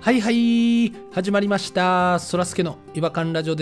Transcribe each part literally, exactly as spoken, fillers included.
はいはい始まりました。そらすけの違和感ラジオです。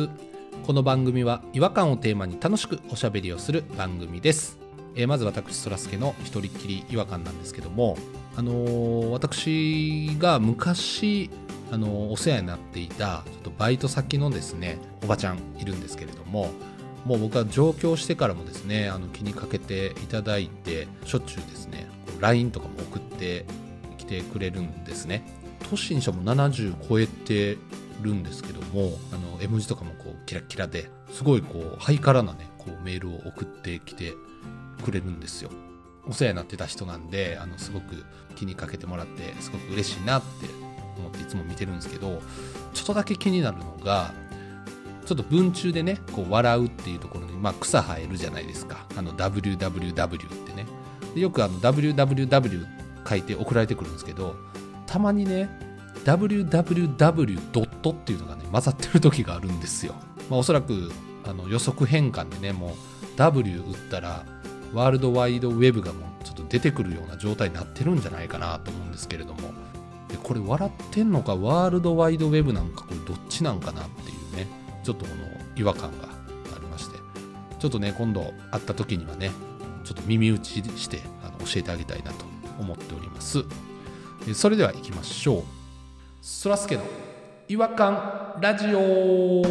この番組は違和感をテーマに楽しくおしゃべりをする番組です。えー、まず私そらすけの一人っきり違和感なんですけども、あのー、私が昔、あのー、お世話になっていたちょっとバイト先のですねおばちゃんいるんですけれども、もう僕は上京してからもですねあの気にかけていただいて、しょっちゅうですね ライン とかも送ってきてくれるんですね。年にしてもななじゅう超えてるんですけども、あの絵文字とかもこうキラキラですごいこうハイカラなねこうメールを送ってきてくれるんですよ。お世話になってた人なんで、あのすごく気にかけてもらってすごく嬉しいなって思っていつも見てるんですけど、ちょっとだけ気になるのが、ちょっと文中でねこう笑うっていうところに、まあ、草生えるじゃないですか。あの ダブリューダブリューダブリュー ってね、でよくあの ダブリューダブリューダブリュー 書いて送られてくるんですけど、たまにね ダブリューダブリューダブリュー ドットっていうのがね混ざってる時があるんですよ。まあ、おそらくあの予測変換でねもう W 打ったらワールドワイドウェブがもうちょっと出てくるような状態になってるんじゃないかなと思うんですけれども、でこれ笑ってんのかワールドワイドウェブなんかこれどっちなんかなっていうね、ちょっとこの違和感がありまして、ちょっとね今度会った時にはねちょっと耳打ちしてあの教えてあげたいなと思っております。それでは行きましょう。そらすけの違和感ラジオ。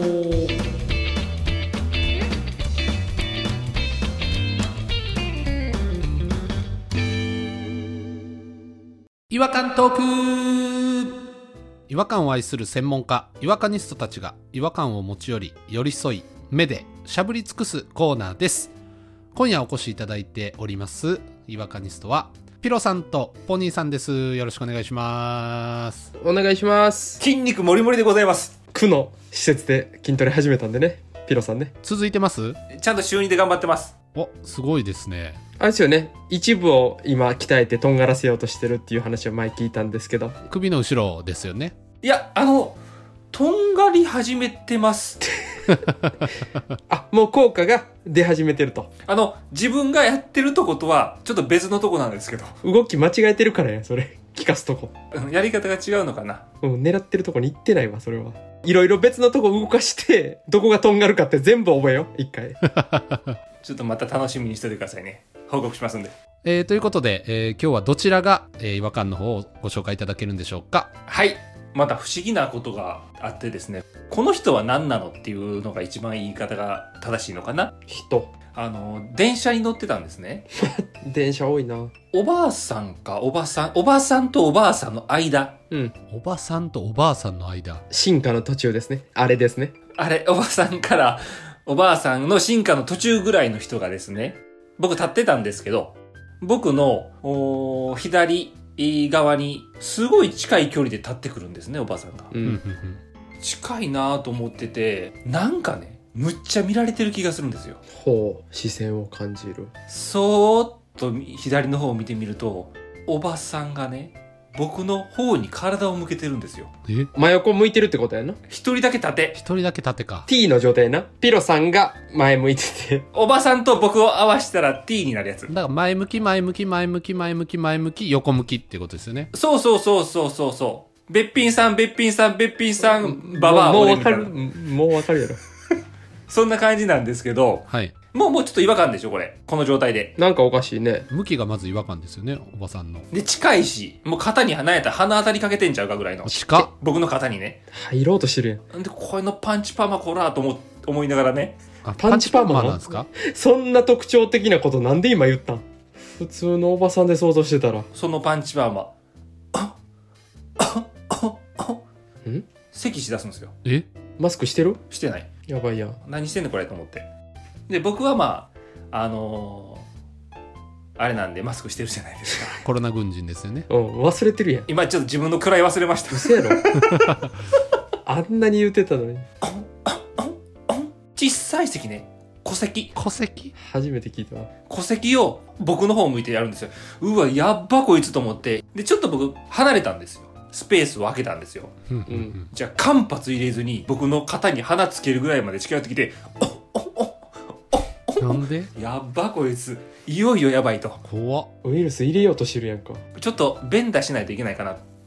違和感トーク。違和感を愛する専門家違和感ニストたちが違和感を持ち寄り寄り添い目でしゃぶり尽くすコーナーです。今夜お越しいただいております違和感ニストはピロさんとポニーさんです。よろしくお願いします。 お願いします。 筋肉もりもりでございます。 区の施設で筋トレ始めたんでね、ピロさんね。 続いてます？ ちゃんと週にで頑張ってます。 お、すごいですね。 あれですよね、一部を今鍛えてとんがらせようとしてるっていう話を前聞いたんですけど、 首の後ろですよね。 いや、あのとんがり始めてますあ、もう効果が出始めてると。 あの自分がやってるとことはちょっと別のとこなんですけど、 動き間違えてるからや、それ聞かすとこ。 やり方が違うのかな。 うん、狙ってるとこに行ってないわ。それはいろいろ別のとこ動かしてどこがとんがるかって全部覚えよう一回ちょっとまた楽しみにしておいてくださいね。報告しますんで。 えー、ということで、えー、今日はどちらが、えー、違和感の方をご紹介いただけるんでしょうか。 はい、また不思議なことがあってですね、この人は何なのっていうのが一番言い方が正しいのかな。 人、 あの電車に乗ってたんですね電車多いな。 おばあさんかおばさん、おばさんとおばあさんの間。 うん、 おばさんとおばあさんの間、 進化の途中ですね。あれですね。 あれ、おばさんからおばあさんの進化の途中ぐらいの人がですね、僕立ってたんですけど、僕のお左側にすごい近い距離で立ってくるんですね、おばあさんが。 うん、 近いなと思ってて、なんかね、むっちゃ見られてる気がするんですよ。 ほう、視線を感じる。 そーっと左の方を見てみると、おばさんがね、僕の方に体を向けてるんですよ。 え、 真横向いてるってことやな。 一人だけ立て。 一人だけ立てか。 T の状態やな。ピロさんが前向いてておばさんと僕を合わせたら T になるやつ。 だから前向き前向き前向き前向き前向き横向きってことですよね。 そうそうそうそうそうそう。べっぴんさんべっぴんさんべっぴんさんババアもう俺みたいな。 わかる、もうわかるやろそんな感じなんですけど、 はい。 もうもうちょっと違和感でしょこれ、この状態で。 なんかおかしいね。 向きがまず違和感ですよね、おばさんの。 で近いし、もう肩に離れた鼻当たりかけてんちゃうかぐらいの。 近っ。 僕の肩にね。 入ろうとしてるやん。 でこれのパンチパーマこらと思思いながらね。 あ、 パンチパーマなんですか？ そんな特徴的なことなんで今言ったん？普通のおばさんで想像してたら。 そのパンチパーマん？ 咳しだすんですよ。 え？ マスクしてる？ してない。 やばいやん。 何してんのこれと思って。で僕はまああのー、あれなんでマスクしてるじゃないですか。 コロナ軍人ですよね。 うん、忘れてるやん。 今ちょっと自分の位忘れました。 嘘やろあんなに言ってたのに。 小さい咳ね、戸籍戸籍？ 初めて聞いたわ。 戸籍を僕の方を向いてやるんですよ。うわやっばこいつと思って、でちょっと僕離れたんですよ。スペースを空けたんですよ。 うんうんうん、 じゃあ間髪入れずに僕の肩に鼻つけるぐらいまで近寄ってきて、おおおなんで？ やっばこいついよいよやばいと。 怖っ。 ウイルス入れようとしてるやんか。 ちょっと弁出しないといけないかなっ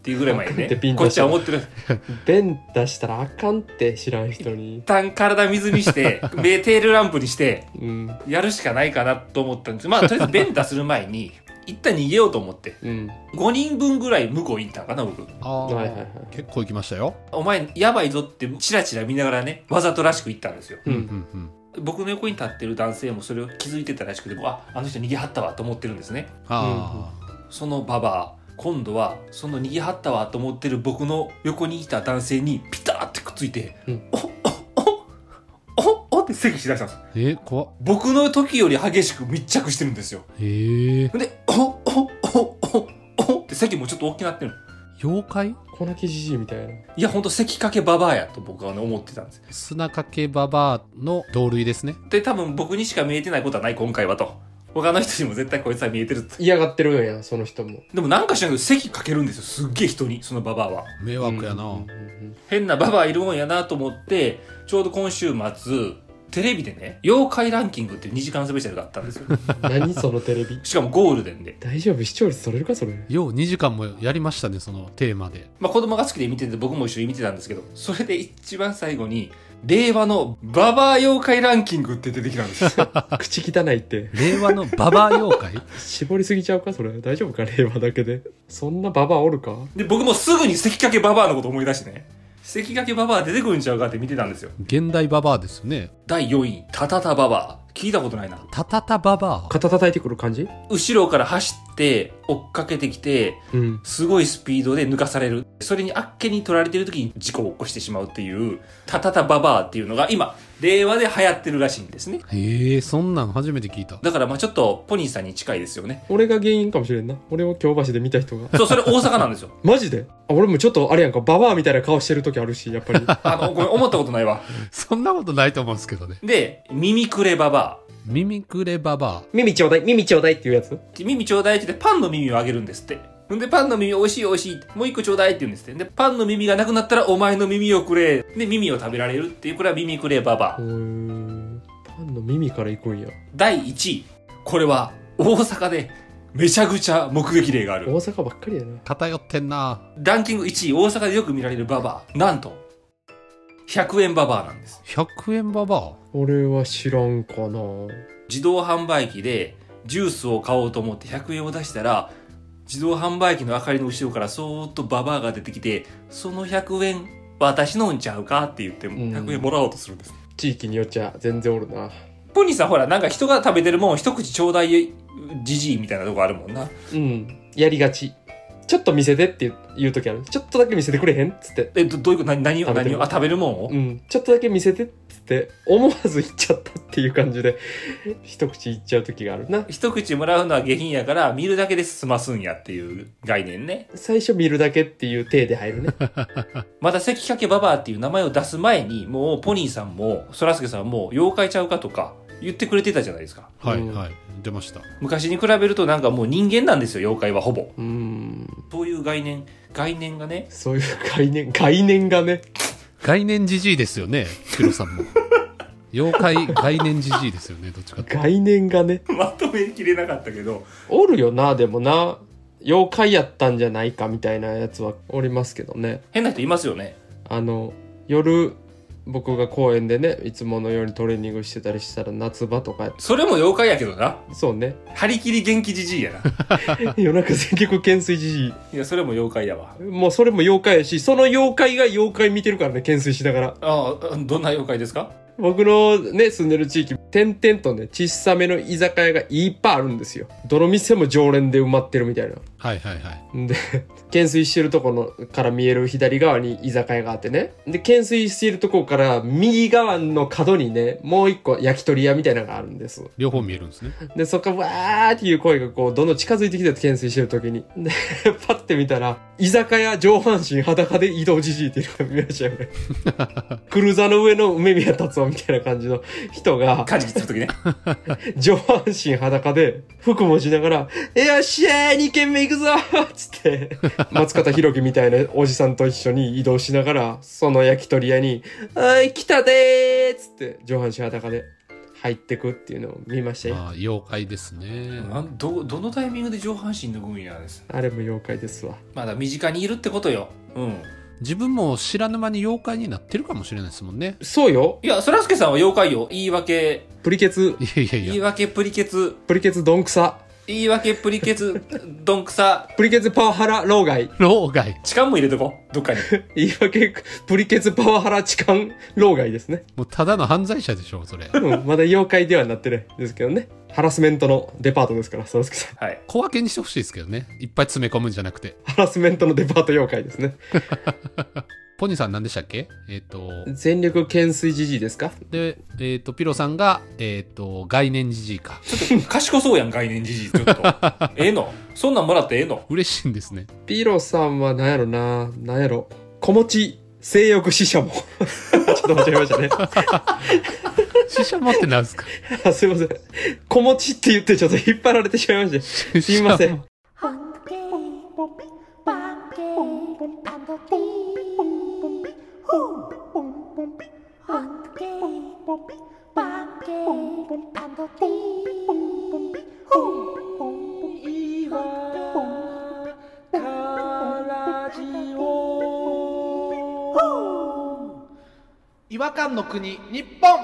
っていうぐらい前にあかんってビンねこっちは思ってる弁出したらあかんって知らん人に一。旦体水にして目テールランプにしてうん。 やるしかないかなと思ったんです。まあとりあえず弁出する前に一旦逃げようと思ってうん。 ごにんぶんぐらい向こう行ったかな僕。 あー、 はいはいはい結構行きましたよ。 お前やばいぞってチラチラ見ながらねわざとらしく言ったんですよ。 う。 うんんうん。 僕の横に立ってる男性もそれを気づいてたらしくて、ああの人逃げはったわと思ってるんですね。 あそのババア今度はその逃げはったわと思ってる僕の横にいた男性にピターってくっついて、 うん、 おおおおおって咳しだしたんです。 ー。え、怖っ。 僕の時より激しく密着してるんですよ。 へえ。 でおおおおおって咳もちょっと大きくなってる。 妖怪？ 粉木じじいみたいな。 いやほんと咳かけババアやと僕は、ね、思ってたんです。 砂かけババアの同類ですね。 で多分僕にしか見えてないことはない今回はと。他の人にも絶対こいつは見えてると。 嫌がってるんや、その人も。 でもなんか知らんけど咳かけるんですよ。すっげえ人にそのババアは。 迷惑やな。 うんうんうん変なババアいるもんやなと思ってちょうど今週末テレビでね妖怪ランキングっていうにじかんスペシャルがあったんですよ。 何そのテレビ。 しかもゴールデンで、 大丈夫視聴率取れるかそれ。 ようにじかんもやりましたね、そのテーマで。 まあ、子供が好きで見てて僕も一緒に見てたんですけど、それで一番最後に令和のババア妖怪ランキングって出てきたんですよ。 口汚いって。 令和のババア妖怪絞りすぎちゃうかそれ。大丈夫か令和だけで。そんなババアおるか。 で僕もすぐに関掛けババアのこと思い出してね、関掛けババア出てくるんちゃうかって見てたんですよ。 現代ババアですよね。 だいよんいタタタババア、聞いたことないな。 タタタババア。 肩叩いてくる感じ。 後ろから走って追っかけてきてうん。 すごいスピードで抜かされる。それにあっけに取られてる時に事故を起こしてしまうっていうタタタババアっていうのが今令和で流行ってるらしいんですね。 へえ、そんなん初めて聞いた。 だからまあちょっとポニーさんに近いですよね。 俺が原因かもしれんな。俺を京橋で見た人が。 そう、それ大阪なんですよ。 マジで。あ、俺もちょっとあれやんか、ババアみたいな顔してる時あるし、やっぱり。 あの、ごめん、思ったことないわ。 そんなことないと思うんですけどね。 で、耳くれババア。 耳くれババ耳ちょうだい、耳ちょうだいっていうやつ。 耳ちょうだいって言ってパンの耳をあげるんですって。んで、パンの耳美味しい美味しい。もう一個ちょうだいって言うんですって。で、パンの耳がなくなったらお前の耳をくれ。で、耳を食べられるっていう、これは耳くれババア。 うーん。パンの耳から行くんや。 だいいちい。これは大阪でめちゃくちゃ目撃例がある。 大阪ばっかりやな。 ア。偏ってんな。 ランキングいちい、大阪でよく見られるババア。なんと、ひゃくえんババアなんです。 ひゃくえんババア。 俺は知らんかな。 自動販売機でジュースを買おうと思ってひゃくえんを出したら、自動販売機の明かりの後ろからそーっとババアが出てきて、そのひゃくえん私のんちゃうかって言ってうんひゃくえんもらおうとするんです。 地域によっちゃ全然おるな。 ポニーさんほらなんか人が食べてるもん一口ちょうだいじじいみたいなとこあるもんな。 うん。やりがち。ちょっと見せてって言う時ある。ちょっとだけ見せてくれへんっつって。 え、ど、どういうこと何、何を、 食べてる何を、あ、食べるもんを、 うん。ちょっとだけ見せてっつって思わず言っちゃったっていう感じで一口言っちゃう時があるな。 一口もらうのは下品やから見るだけで済ますんやっていう概念ね。 最初見るだけっていう体で入るね。 まだ関掛けババアっていう名前を出す前にもうポニーさんもそらすけさんも妖怪ちゃうかとか言ってくれてたじゃないですか。 うんはいはい。出ました。 昔に比べるとなんかもう人間なんですよ妖怪はほぼ。 うーん。 そういう概念概念がね。 そういう概念、概念がね。 概念じじいですよね、ヒロさんも。妖怪概念じじいですよね、どっちかって。 概念がね。 まとめきれなかったけど。 おるよな、でもな。妖怪やったんじゃないかみたいなやつはおりますけどね。 変な人いますよね。 あの、夜、僕が公園でね、いつものようにトレーニングしてたりしたら夏場とか、 それも妖怪やけどな。 そうね。 張り切り元気じじいやな。 夜中全曲懸垂じじいやそれも妖怪やわ。 い。もうそれも妖怪やし、その妖怪が妖怪見てるからね、懸垂しながら。 ああ、どんな妖怪ですか？ 僕のね、住んでる地域、点々とね、小さめの居酒屋がいっぱいあるんですよ。どの店も常連で埋まってるみたいな。 はいはいはい。 で、懸垂してるところから見える左側に居酒屋があってね。で、懸垂しているところから右側の角にね、もう一個焼き鳥屋みたいなのがあるんです。 両方見えるんですね。 で、そこからわーっていう声がこう、どんどん近づいてきて懸垂してる時に。で、パッて見たら、居酒屋上半身裸で移動じじいっていうのが見ましたよね。クルーザーの上の梅宮達夫みたいな感じの人が、 カジキするときね。 上半身裸で、服もしながら、よっしゃーに軒目行くぞーつって、松方弘樹みたいなおじさんと一緒に移動しながら、その焼き鳥屋に、おい、来たでーつって、上半身裸で入ってくっていうのを見ましたよ。 ああ妖怪ですね。 なんどどのタイミングで上半身脱ぐんやです。 あれも妖怪ですわ。 まだ身近にいるってことよ。うん。 自分も知らぬ間に妖怪になってるかもしれないですもんね。 そうよ。 いや、そらすけさんは妖怪よ。言い訳。 プリケツ。 いやいやいや。 言い訳プリケツ。 プリケツドンクサ。 言い訳プリケツドンクサ。 プリケツパワハラ老害。 老害。 痴漢も入れとこどっかに。 言い訳プリケツパワハラ痴漢老害ですね。 もうただの犯罪者でしょそれ。 うん、まだ妖怪ではなってないですけどね。ハラスメントのデパートですから、そらすけさん。 はい。 小分けにしてほしいですけどね。いっぱい詰め込むんじゃなくて。 ハラスメントのデパート妖怪ですね。 ポニーさん何でしたっけ？えっ、ー、と全力懸垂じじいですか？ で、えっ、ー、とピロさんがえっ、ー、と概念じじいか。 ちょっと賢そうやん概念じじい。ちょっとええの？そんなんもらってええの？ 嬉しいんですね。 ピロさんは何やろな、何やろ。子持ち性欲死者も。ちょっと間違えましたね。 死者もってなんですか？ あ、すいません。子持ちって言ってちょっと引っ張られてしまいました。すいません。 違和感の国日本。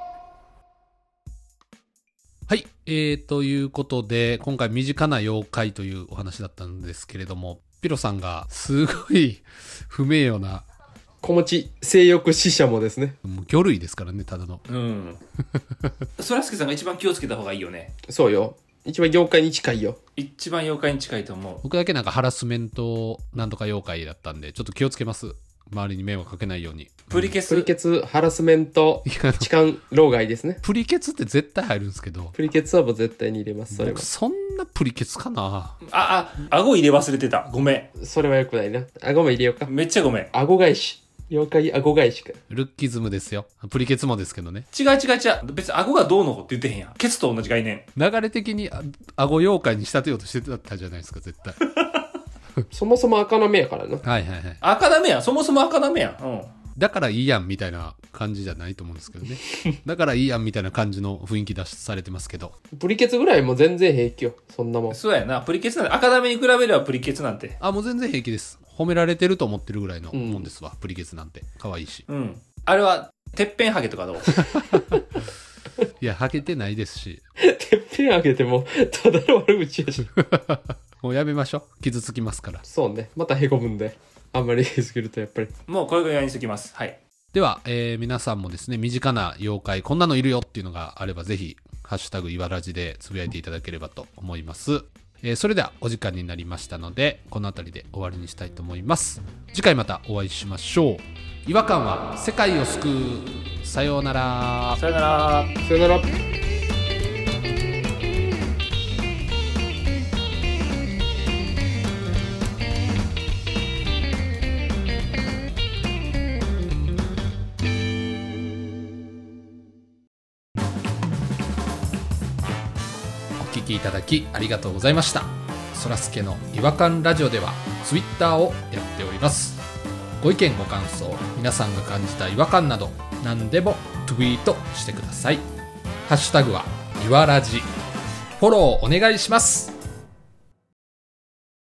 はい、えー、ということで今回身近な妖怪というお話だったんですけれども、ピロさんがすごい不名誉な子持ち性欲死者もですね。 もう魚類ですからね、ただの。 うんそらすけさんが一番気をつけた方がいいよね。 そうよ、一番妖怪に近いよ。 一番妖怪に近いと思う。 僕だけなんかハラスメントなんとか妖怪だったんでちょっと気をつけます。周りに迷惑かけないように。 プリケツ、 プリケツハラスメント痴漢老害ですね。 プリケツって絶対入るんですけど、 プリケツはもう絶対に入れます。それは僕そんなプリケツかな。 ああ顎入れ忘れてた、ごめそれはよくないな。顎も入れようか。 ん、めっちゃごめん。 顎返し、妖怪顎返しか。 ルッキズムですよ。プリケツもですけどね。 違う違う違う、別に顎がどうのこって言ってへんやん。ケツと同じ概念。 流れ的にあ顎妖怪に仕立てようとしてたじゃないですか絶対。 そもそも赤な目やからな。 はいはいはい。 赤ダメやん、そもそも赤ダメやん。うん。 だからいいやんみたいな感じじゃないと思うんですけどね。だからいいやんみたいな感じの雰囲気出されてますけど。 プリケツぐらいも全然平気よ、そんなもん。 そうやな、プリケツなんて、赤ダメに比べればプリケツなんて。 あ、もう全然平気です。褒められてると思ってるぐらいのもんですわ、うん、プリケツなんて可愛いし。 うん。あれはてっぺんハゲとかどう？ いや、ハゲてないですし。 てっぺん上げてもただの悪口やし。 もうやめましょう、傷つきますから。 そうね、またへこむんで、あんまり言いすぎるとやっぱり。 もうこれぐらいにしときます。はい。 では、えー、皆さんもですね、身近な妖怪こんなのいるよっていうのがあればぜひハッシュタグいわらじでつぶやいていただければと思います。えー、それではお時間になりましたのでこの辺りで終わりにしたいと思います。次回またお会いしましょう。違和感は世界を救う。さようなら。 さようなら。 さようなら。 お聞きいただきありがとうございました。そらすけの違和感ラジオではツイッターをやっております。ご意見ご感想、皆さんが感じた違和感など何でもツイートしてください。ハッシュタグはいわらじ。フォローお願いします。